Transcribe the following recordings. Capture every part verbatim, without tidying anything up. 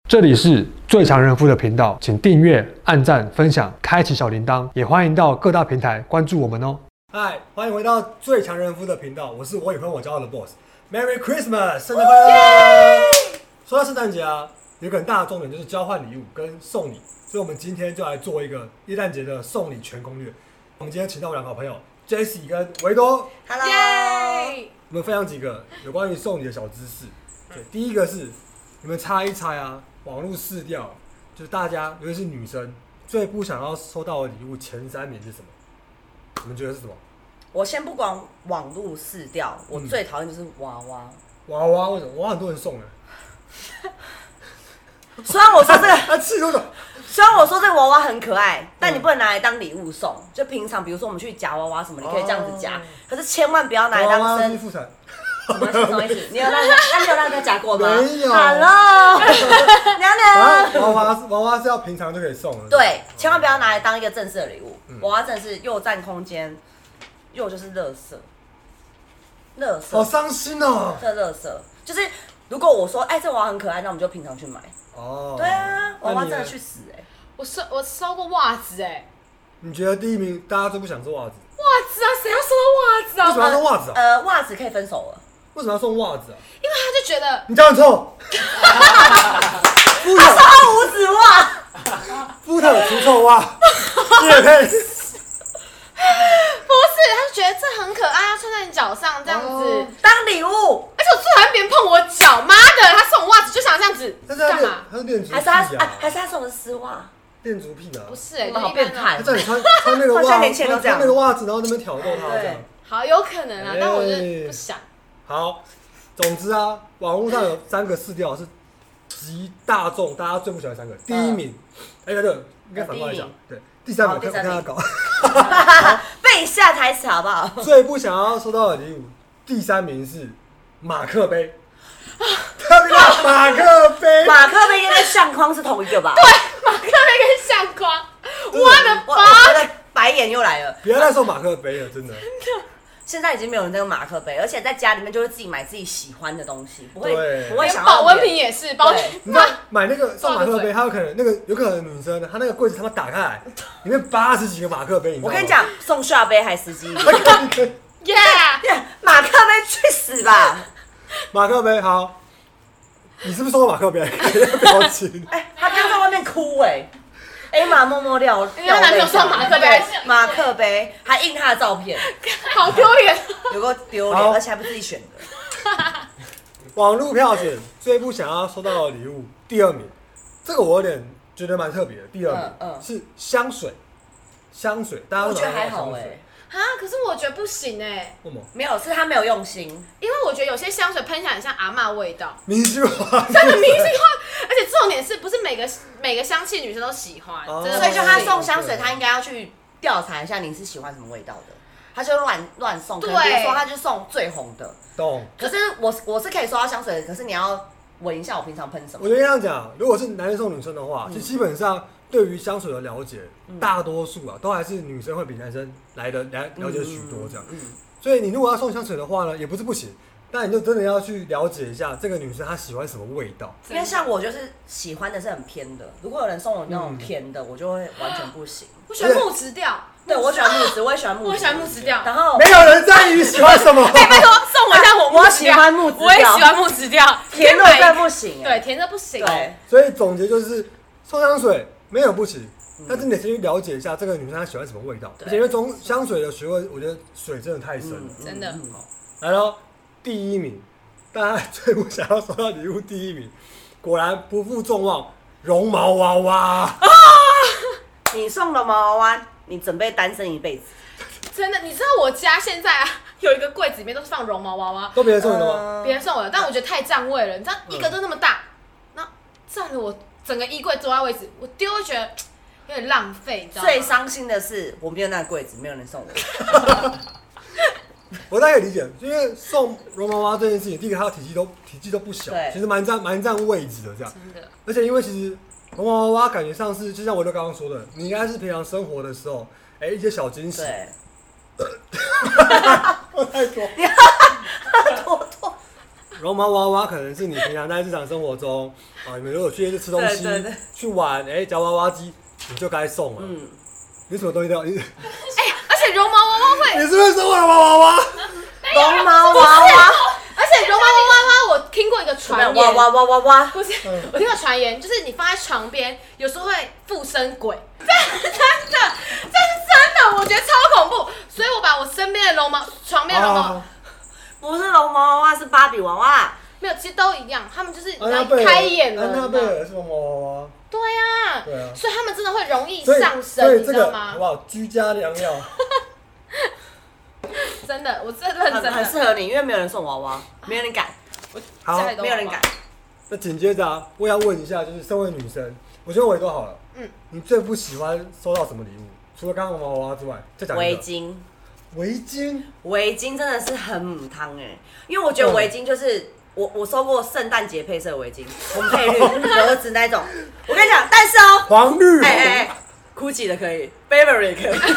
这里是最强人夫的频道，请订阅、按赞、分享、开启小铃铛，也欢迎到各大平台关注我们哦。 嗨，欢迎回到最强人夫的频道，我是我也跟我骄傲的 boss。Merry Christmas， 圣诞快乐！说到圣诞节啊，有一个很大的重点就是交换礼物跟送礼，所以我们今天就来做一个耶诞节的送礼全攻略。我们今天请到我两个好朋友 Jessie 跟维多 ，Hello， 我们分享几个有关于送礼的小知识。对，第一个是你们猜一猜啊，网络市调就是大家尤其是女生最不想要收到的礼物前三名是什么？你们觉得是什么？ 我先不管网络市调，我最讨厌就是娃娃。 娃娃为什么？娃娃很多人送的。 虽然我说这个， 他气多少？ 虽然我说这个娃娃很可爱，但你不能拿来当礼物送。就平常，比如说我们去夹娃娃什么，你可以这样子夹，可是千万不要拿来当生。 妇产。 什么什么意思？你有让他？那你有让人家夹过吗？ 没有。 Hello， 娘娘。 娃娃娃娃是要平常就可以送的。 对，千万不要拿来当一个正式的礼物。娃娃真的是又占空间，又就是垃圾。垃圾。 好伤心哦。 这垃圾就是，如果我说，哎，这娃娃很可爱，那我们就平常去买。 哦。 对啊，娃娃真的去死哎！ 我收我收过袜子哎。 你觉得第一名大家最不想收袜子？ 袜子啊，谁要收到袜子啊？ 为什么要送袜子啊？ 呃，袜子可以分手了。 为什么要送袜子啊？ 因为他就觉得你这样臭。 他收到五指袜。 夫特除臭袜。你也可以。 不是，他就觉得这很可爱，要穿在你脚上这样子、哦、 当礼物。 而且我最讨厌别人碰我脚，妈的，他送我袜子就想这样子干嘛？ 他是恋足癖啊？ 还是他、啊、还是他送的丝袜？ 恋足癖啊？ 不是、欸， 你们好变态。 他叫你穿穿那个袜， 穿那个袜子，然后那边挑逗他这样。 好，有可能啊，欸、但我就不想。 好，总之啊，网络上有三个市调是极大众，大家最不喜欢三个。第一名，哎、呃，对、欸，应该反过来讲，对，第三名我看他搞。 背一下台词好不好？ 最不想要收到的礼物，第三名是马克杯。特别的马克杯， 马克杯跟相框是同一个吧？ 对，马克杯跟相框，我的我我的白眼又来了。 不要再送马克杯了，真的。 现在已经没有人在用马克杯，而且在家里面就会自己买自己喜欢的东西，不会不会想要。 保温瓶也是，保温瓶。 你知道买那个送马克杯，它有可能那个有可能女生她那个柜子他妈打开来，里面八十几个马克杯，你知道吗？ 我跟你讲，送下杯还十几个。 耶！ 马克杯去死吧！ 马克杯好，你是不是收到马克杯？表情。 哎，他刚在外面哭哎。A 马默默掉， 因为男朋友送马克杯， 马克杯还印他的照片， 好丢脸， 有个丢脸，而且还不是自己选的。 网络票选最不想要收到的礼物，第二名，这个我有点觉得蛮特别的。第二名、嗯嗯、是香水，香水，大家都我觉得还好哎、欸。 啊，可是我觉得不行哎、欸。 为什么？ 没有，是他没有用心。 因为我觉得有些香水喷起来很像阿嬷味道， 明星化， 真的明星化。而且重点是不是每个每个香气女生都喜欢？哦、 所以就他送香水，他应该要去调查一下你是喜欢什么味道的。他就乱乱送，对，比如说他就送最红的。 懂。 可是我我是可以收到香水的，可是你要闻一下我平常喷什么。 我觉得这样讲，如果是男生送女生的话，就、嗯、基本上。对于香水的了解，嗯、大多数啊都还是女生会比男生来的来了解许多这样。嗯嗯、所以你如果要送香水的话呢，也不是不行，但你就真的要去了解一下这个女生她喜欢什么味道。 因为像我就是喜欢的是很偏的，如果有人送我那种甜的，嗯、我就会完全不行。 我喜欢木质调， 对我喜欢木质，我也喜欢木质， 我喜欢木质调。 然后没有人在意喜欢什么。 哎，拜托送我一下我木质调， 我喜欢木质调， 我也喜欢木质调， 甜的真的不行， 对，甜的不行。 对， 所以总结就是送香水。没有不行，但是你得先去了解一下这个女生她喜欢什么味道，而且因为从香水的学问，我觉得水真的太深了， 嗯、真的。 好，来咯，第一名，大家最不想要收到礼物，第一名，果然不负众望，绒毛娃娃。啊！ 你送绒毛娃娃，你准备单身一辈子。 真的，你知道我家现在啊有一个柜子里面都是放绒毛娃娃， 都别人送你的吗？ 别人送我的，但我觉得太占位了，你知道一个都那么大，那占了我。整个衣柜坐在位置，我丢会觉得有点浪费，你知道吗？ 最伤心的是，我没有那个柜子，没有人送我。 我大概可以理解，因为送绒毛娃娃这件事情，第一个它的体积都体积都不小，其实蛮占蛮占位置的这样。 真的。而且因为其实绒毛娃娃感觉上是，就像我就刚刚说的，你应该是平常生活的时候，哎、欸，一些小惊喜。 对。 我太多。 多多。 绒毛娃娃可能是你平常在日常生活中啊，你们如果去夜市吃东西， 对对对去玩，哎、欸，夹娃娃机，你就该送了。嗯，你什么东西都要，你哎、欸，而且绒毛娃娃会， 你是不是送我的娃娃娃？ 绒毛娃娃， 而且绒毛娃娃，我听过一个传言， 哇哇哇哇哇， 不是， 嗯、 我听过传言，就是你放在床边，有时候会附身鬼，这是真的，这是真的，我觉得超恐怖，所以我把我身边的绒毛床边的绒毛。 啊不是绒毛娃娃，是芭比娃娃。 没有，其实都一样，他们就是安娜贝尔开眼了。 安娜贝尔是绒毛娃娃。 对啊， 对啊， 所以他们真的会容易所以上所以身，你知道吗？ 好不好？居家良药。 真的，我真的认很真的。 很适合你，因为没有人送娃娃，没有人敢， 好， 家里都没有人敢。 那紧接着啊，我要问一下，就是身为女生，我觉得我也都好了。 嗯， 你最不喜欢收到什么礼物？除了刚刚的娃娃之外，再讲一个。 围巾， 围巾。 围巾真的是很母汤哎，因为我觉得围巾就是我我收过圣诞节配色的围巾，红配绿格子那种。我跟你讲，但是哦， 黄绿。 哎哎哎 ，Gucci 的可以 ，Burberry 可以。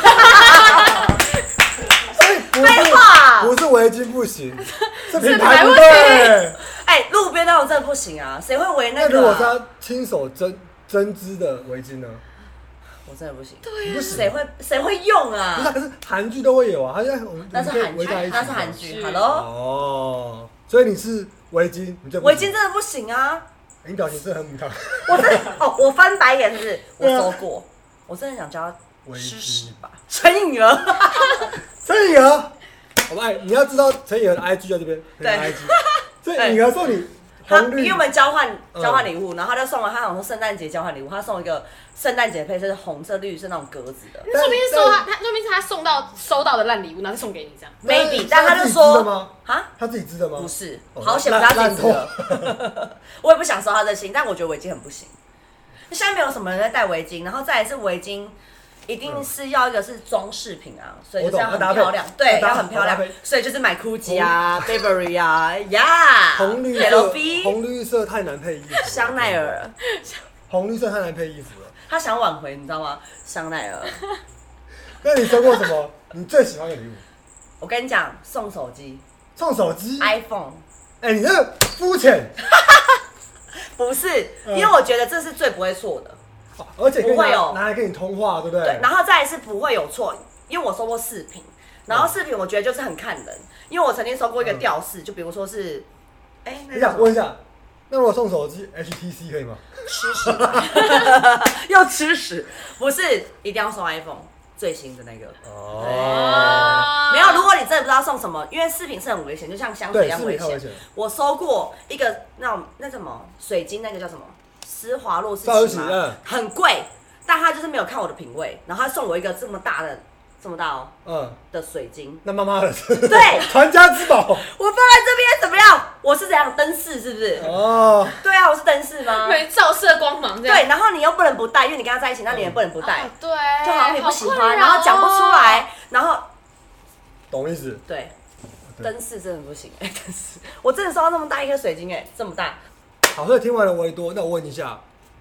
废话， 不是围巾不行，是品品牌不牌不对。 哎，路边那种真的不行啊，谁会围那那如果是个啊？ 他亲手针针织的围巾呢？ 我真的不行， 你不行。 谁会谁会用不是啊， 啊？ 可是韩剧都会有啊，他现在我们那是韩剧， 围在一起。 那是韩剧是 ，Hello。 哦，所以你是围巾，你最不行围巾真的不行啊！ 你表情真的很母汤。 我真的哦，我翻白眼是不是？我对啊收过，我真的想教他围吃巾屎吧，陈颖儿。 陈颖儿，好吧，你要知道陈颖儿的 I G 在这边， 对 I G。所以颖儿送你他红绿因为我们交换嗯交换礼物，然后他就送了，他好像说圣诞节交换礼物，他送一个圣诞节配色是红色、绿色那种格子的那说明是说他，他说明是他送到收到的烂礼物，然后送给你这样。 ，maybe， 那但他就自己织的说吗？ 啊， 他自己织的吗？ 不是， 哦好险不是他自己织烂的，我也不想收他的心，但我觉得围巾很不行。现在没有什么人在戴围巾，然后再来是围巾。一定是要一个是装饰品啊，所以就是要很漂亮，对，要很漂亮，所以就是买 Gucci 啊、Burberry 啊，呀， 红绿 L 色， V， 红绿色太难配衣服了。 香奈儿， 红绿色太难配衣服了。 他想挽回，你知道吗？香奈儿， 那你收过什么？你最喜欢的礼物？ 我跟你讲，送手机送手机 ，iPhone， 哎、你这个肤浅。 不是， 嗯因为我觉得这是最不会错的， 哦而且可以拿不会有拿来跟你通话，对不对？ 对，然后再来是不会有错，因为我收过饰品，然后饰品我觉得就是很看人，因为我曾经收过一个吊饰，就比如说是，哎，那你叫什么想问一下，那如果送手机 H T C 可以吗？ 吃屎吧，又吃屎，不是一定要送 iPhone 最新的那个。 哦， 没有，如果你真的不知道送什么，因为饰品是很危险，就像香水一样危险对饰品太危险。 我收过一个那种那什么水晶，那个叫什么施华洛世施华洛世奇吗奇嗯？ 很贵，但他就是没有看我的品味，然后他送我一个这么大的、这么大哦嗯， 的水晶。 那妈妈的对传家之宝。 我放在这边怎么样？我是怎样灯饰是不是？ 哦， 对啊，我是灯饰吗？ 对，照射光芒这样。 对，然后你又不能不戴，因为你跟他在一起，那你也不能不戴哦，对， 就好像你不喜欢， 好困扰哦然后讲不出来，然后懂意思？ 对， 对灯饰真的不行哎，灯饰，我真的收到那么大一颗水晶哎，这么大， 好，所以听完了维多，那我问一下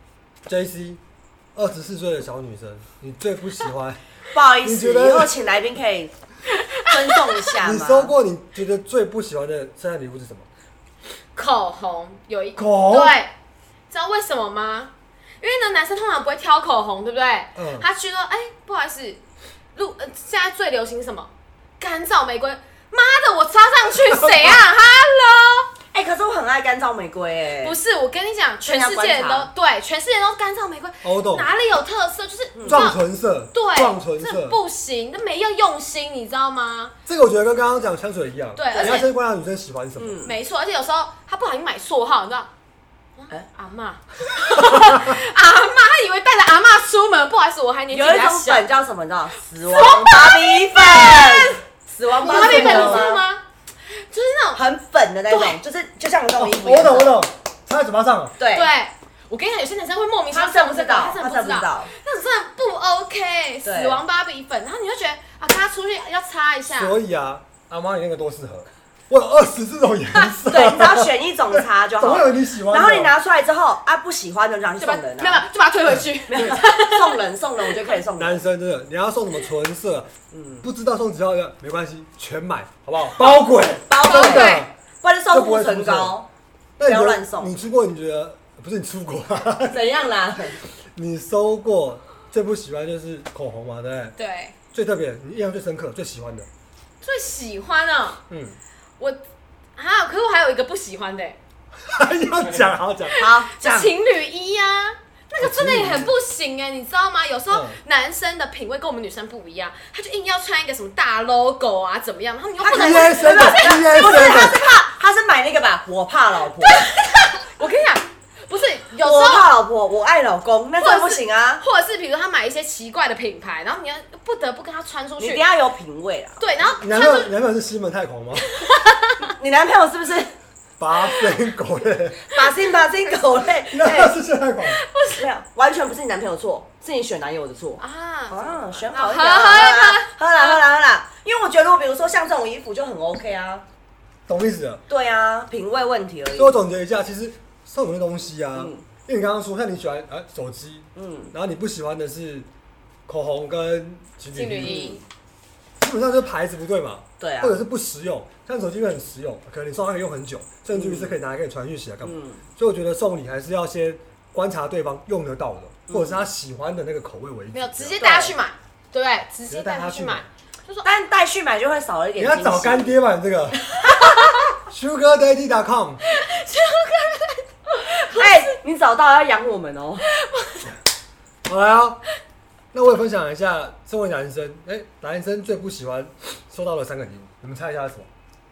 ，J C， 二十四岁的小女生，你最不喜欢？ 不好意思， 你觉得以后请来宾可以尊重一下吗？ 你收过你觉得最不喜欢的圣诞礼物是什么？ 口红有一口红对，知道为什么吗？因为呢，男生通常不会挑口红，对不对？ 嗯他去说，哎、不好意思，路、呃、现在最流行什么？干燥玫瑰。妈的，我插上去谁啊？Hello， 哎、可是我很爱干燥玫瑰哎， 不是，我跟你讲，全世界人这样观都对，全世界都干燥玫瑰， 哦我懂哪里有特色？就是你知道撞唇色， 对， 撞唇这色， 不行，那没要用心，你知道吗？ 这个我觉得跟刚刚讲香水一样， 对而且你要先观察女生喜欢什么。 嗯， 没错，而且有时候他不小心买错号，你知道？ 哎阿嬷，阿嬷，他以为带着阿嬷出门，不好意思，我还年纪有一种比较小。 粉叫什么？你知道？死亡芭比粉，死亡芭芭比粉你比粉知道吗？就是那种很粉的那种，就是就像我这哦种衣服， 我懂我，懂，插在嘴巴上了。 对， 对，我跟你讲，有些男生会莫名其妙他真的不知道， 他真的不知道， 他真的不知道， 那种真的不 OK。死亡芭比粉，然后你就觉得啊，跟他出去要擦一下。 所以啊，阿妈你那个多适合，我有二十这种颜色， 对，你只要选一种擦就好总会。有你喜欢的。 然后你拿出来之后啊，不喜欢的就拿去就把送人没有， 啊， 就把它推回去。 没有送人送人，我觉得可以送男人。 生真的，你要送什么唇色， 嗯， 不知道送几号的没关系，全买好不好？包鬼， 包真的对， 不然就送护唇膏，不要乱送。 你出过？你觉得不是你出过？ 怎样啦？ 你收过最不喜欢就是口红嘛，对不对？ 对。 最特别，你印象最深刻、最喜欢的？ 最喜欢啊？嗯，我啊，可是我还有一个不喜欢的、欸。 还要讲，好讲， 好讲情侣衣啊。那个真的也很不行哎、欸，你知道吗？有时候男生的品味跟我们女生不一样，他就硬要穿一个什么大 logo 啊，怎么样？然后你又不能， 不是，不是， 他是怕，他是买那个吧？我怕老婆。 我跟你讲，不是，有时候我怕老婆，我爱老公，那真的不行啊。 或者是比如他买一些奇怪的品牌，然后你要不得不跟他穿出去， 你一定要有品味啊。 对，然后你男朋友，你男朋友是西门太狂吗？ 你男朋友是不是？ 拔心狗类， 拔心拔心狗类， 那是西门太狂。 不是，完全不是你男朋友错，是你选男友的错啊。啊，选好一点， 喝啦，喝啦，喝啦，喝啦。因为我觉得，比如说像这种衣服就很 OK 啊。 懂意思了？ 对啊，品味问题而已。 所以我总结一下，其实送什么东西啊？嗯、因为你刚刚说，像你喜欢啊手机，嗯，然后你不喜欢的是口红跟情侣衣，基本上就是牌子不对嘛， 对啊， 或者是不实用。像手机会很实用，可能你送它可以用很久，甚至于是可以拿来给你传讯息啊干嘛。嗯、所以我觉得送礼还是要先观察对方用得到的，嗯、或者是他喜欢的那个口味为主。 没有直接带他去买，对不对？直接带他去买。 但带去买就会少了一点。 你要找干爹吧，你这个 sugar daddy dot com。 哎，你找到要养我们哦。 好来啊，那我也分享一下，身为男生，哎、欸，男生最不喜欢收到的三个礼物，你们猜一下是什么？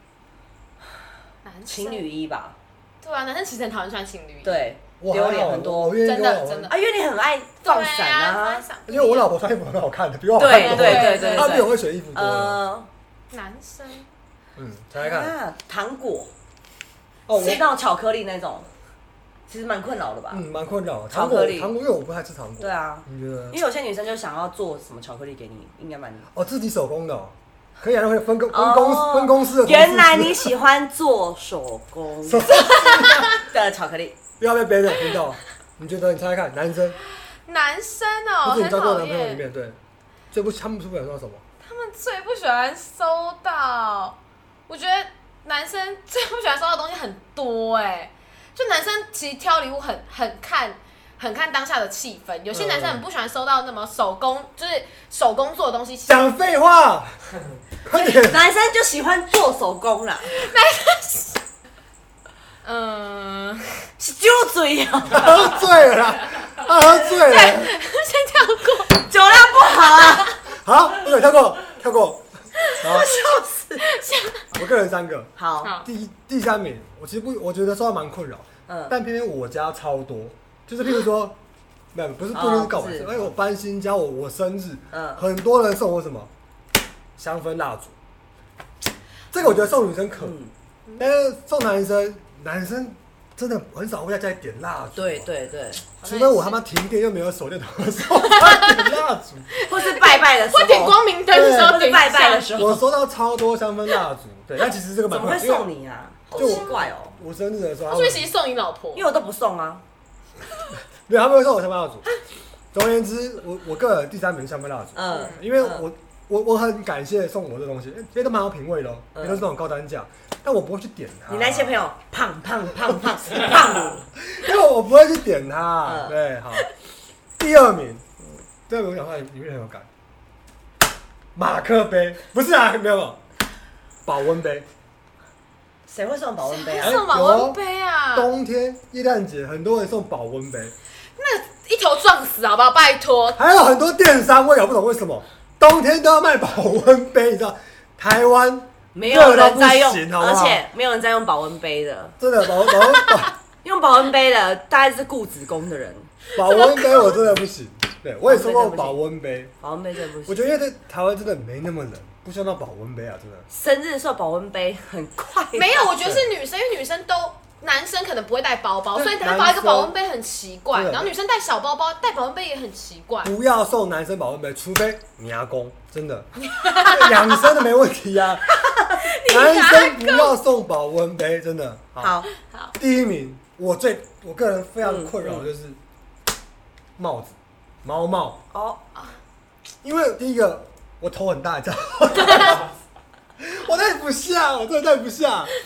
情侣衣吧。 对啊，男生其实很讨厌穿情侣衣。 对。丢脸很多， 真的真的啊，因为你很爱放闪啊， 因为我老婆穿衣服很好看的，比我好看多。对对对对， 她比我会选衣服多。 呃，男生， 嗯，猜猜看， 啊，糖果，哦，吃到巧克力那种，其实蛮困扰的吧？ 嗯，蛮困扰。 巧克力， 糖果，因为我不太吃糖果。 对啊， 你觉得？ 因为有些女生就想要做什么巧克力给你，应该蛮…… 哦，自己手工的。可以啊，会分公分公分公司的。 原来你喜欢做手工的巧克力， 不要被别人听到。你觉得？你猜猜看，男生， 男生哦， 就是你交过的男朋友里面，对，最不他们最不喜欢收到什么？ 他们最不喜欢收到，我觉得男生最不喜欢收到的东西很多哎、欸，就男生其实挑礼物很很看很看当下的气氛，有些男生很不喜欢收到那么手工，就是手工做的东西。 讲废话，快点！ 男生就喜欢做手工啦， 男生。嗯， 是酒醉啊！ 喝醉了啦，他喝醉了。 先跳过， 酒量不好啊。 好，对，跳过，跳过。 我笑死。 我个人三个。 好。 第第三名，我其实不，我觉得收到蛮困扰。嗯。但偏偏我家超多，就是譬如说，没有，不是不一定是告白，因为我搬新家，我我生日，嗯，很多人送我什么香氛蜡烛。这个我觉得送女生可以，但是送男生。男生真的很少会在家里点蜡烛， 对对对， 除非我他妈停电又没有手电筒的时候，他点蜡烛， 或是拜拜的时候， 或点光明灯的时候， 或是拜拜的时候， 我收到超多香氛蜡烛，对，但其实这个蛮怎么会送你啊？好奇怪哦！ 我生日的时候， 所以其实送你老婆， 因为我都不送啊， 没有，他们会送我香氛蜡烛。总而言之，我我个人第三名香氛蜡烛，嗯，因为我我我很感谢送我这东西，因为都蛮有品味的，也都是那种高单价。但我不会去点它。 你那些朋友胖胖胖胖胖， 因为我不会去点它。对，好。第二名，第二名我讲话里面很有感。马克杯不是啊，没有没有，保温杯。 谁会送保温杯啊？ 送保温杯啊！ 冬天耶诞节很多人送保温杯， 那一头撞死好不好？拜托。 还有很多电商，我也搞不懂为什么冬天都要卖保温杯，你知道？台湾。 没有人在用，而且没有人在用保温杯的。 真的保温保温用保温杯的大概是顾子宫的人。 保温杯我真的不行。对，我也收过保温杯。 保温杯真的不行。 我觉得因为在台湾真的没那么冷，不需要到保温杯啊，真的。 生日的时候保温杯很快。 没有，我觉得是女生，因为女生都男生可能不会带包包，所以他把一个保温杯很奇怪。然后女生带小包包，带保温杯也很奇怪。 不要送男生保温杯，除非你阿公真的养生的没问题啊。男生不要送保温杯，真的。 好，好。 第一名，我最我个人非常困扰的就是帽子，毛帽。哦。因为第一个我头很大，你知道吗？我戴不下，我真的戴不下。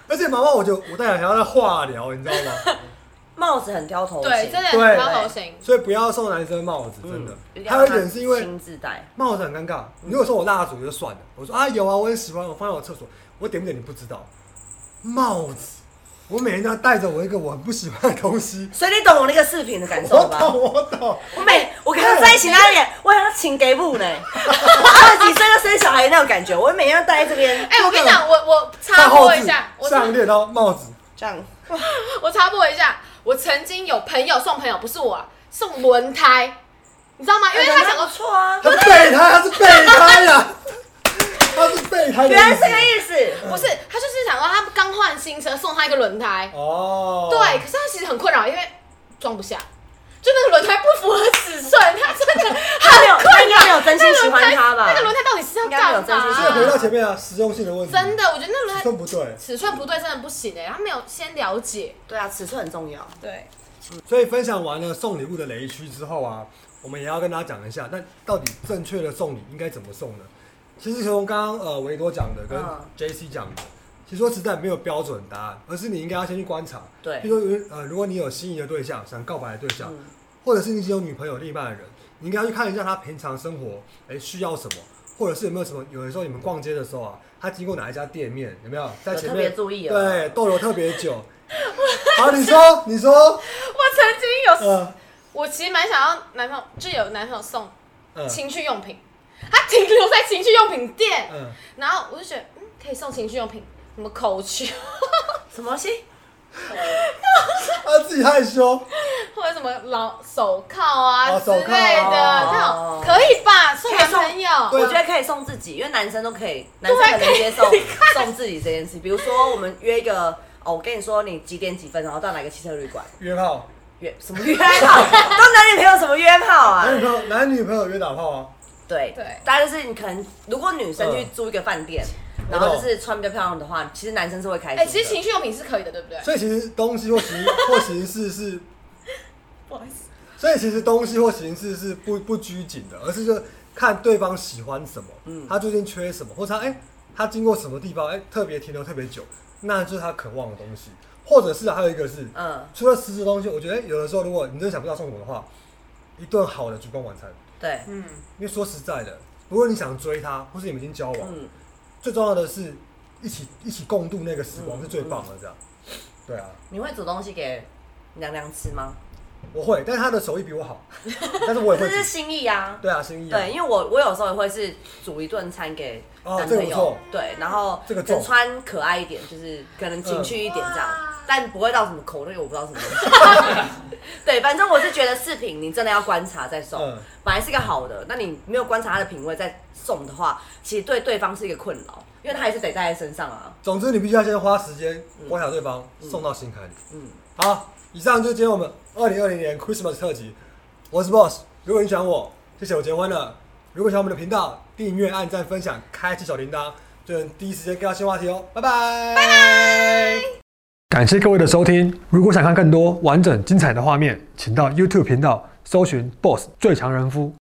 而且毛毛我就我戴还要在化疗，你知道吗？ 帽子很挑头型， 对，真的很挑头型， 所以不要送男生帽子，真的。 嗯、 还有一点是因为亲自戴帽子很尴尬。如果说我蜡烛就算了，我说啊有啊，我很喜欢，我放在我厕所，我点不点你不知道。帽子，我每天都要带着我一个我很不喜欢的东西。 所以你懂我那个视频的感受吧？ 我懂，我懂。 我每我跟他在一起那脸，我想要请给母呢，二十几岁就生小孩那种感觉，我每天要戴在这边。 哎、欸，我跟你讲，我我插播一下，我项链到帽子这样， 我插播一下。我曾经有朋友送朋友，不是我、啊，送轮胎，你知道吗？因为他想说错啊， 他是备胎，他是备胎呀，他是备胎。 原来是这个意思， 不是，他就是想说他刚换新车，送他一个轮胎。 哦， 对，可是他其实很困扰，因为装不下，就那个轮胎不符合尺寸，他真的很困扰。 应该没有真心喜欢他吧？ 那个轮胎到底是要干嘛？ 所以回到前面啊，实用性的问题。 真的，我觉得那轮胎尺寸不对， 尺寸不对真的不行哎、欸，他没有先了解。 对啊，尺寸很重要。 对。 所以分享完了送礼物的雷区之后啊，我们也要跟大家讲一下，那到底正确的送礼应该怎么送呢？其实从刚刚呃维多讲的跟 J C 讲的，其实说实在没有标准答案，而是你应该要先去观察。 对。 比如说呃，如果你有心仪的对象，想告白的对象，嗯、或者是你已经有女朋友、另一半的人，你应该要去看一下他平常生活，哎、欸、需要什么，或者是有没有什么，有的时候你们逛街的时候啊，他经过哪一家店面，有没有在前面特别注意了？对，逗留特别久。好，你说，你说。我曾经有， 呃、 我其实蛮想要男朋友，就有男朋友送情趣用品，呃、他停留在情趣用品店，呃、然后我就觉得，嗯，可以送情趣用品，什么口球， 什么东西？ 他自己害羞， 或者什么老手铐啊、哦、之类的，那种、哦、可以吧？送男朋友， 我觉得可以送自己，因为男生都可以，男生可能接受送自己这件事。比如说，我们约一个。哦，我跟你说，你几点几分，然后到哪个汽车旅馆约炮？ 约什么约炮？都男女朋友什么约炮啊？ 男女朋友，男女朋友约打炮啊？ 对对，大概就是你可能，如果女生去租一个饭店，嗯、然后就是穿比较漂亮的话，其实男生是会开心的。 哎、欸，其实情趣用品是可以的，对不对？ 所以其实东西或形或形式是， 不好意思。 所以其实东西或形式是不不拘谨的，而是就看对方喜欢什么，嗯，他最近缺什么，或者他哎、欸、他经过什么地方，哎、欸、特别停留特别久。那就是他渴望的东西，或者是还有一个是，嗯，除了实质的东西，我觉得有的时候如果你真的想不到送什么的话，一顿好的烛光晚餐， 对， 嗯，因为说实在的，如果你想追他，或是你们已经交往，嗯，最重要的是一起一起共度那个时光是最棒的，这样，对啊。 你会煮东西给娘娘吃吗？ 我会，但是他的手艺比我好，但是我也会。 这是心意啊。 对啊，心意、啊。 对，因为我我有时候也会是煮一顿餐给男朋友， 哦、 对，然后这个可能穿可爱一点，就是可能情趣一点这样，嗯、但不会到什么口那个我不知道什么东西。对，反正我是觉得饰品你真的要观察再送，嗯、本来是一个好的，那你没有观察他的品味再送的话，其实对对方是一个困扰，因为他还是得带在身上啊。 总之，你必须要先花时间观察对方，嗯、送到心坎里。嗯，好。以上就是今天我们二零二零年 Christmas 特辑，我是 Boss。如果你喜欢我，谢谢我结婚了。如果喜欢我们的频道，订阅、按赞、分享、开启小铃铛，就能第一时间 get 到新话题哦。拜拜，拜拜。 感谢各位的收听。如果想看更多完整精彩的画面，请到 YouTube 频道搜寻 Boss 最强人夫。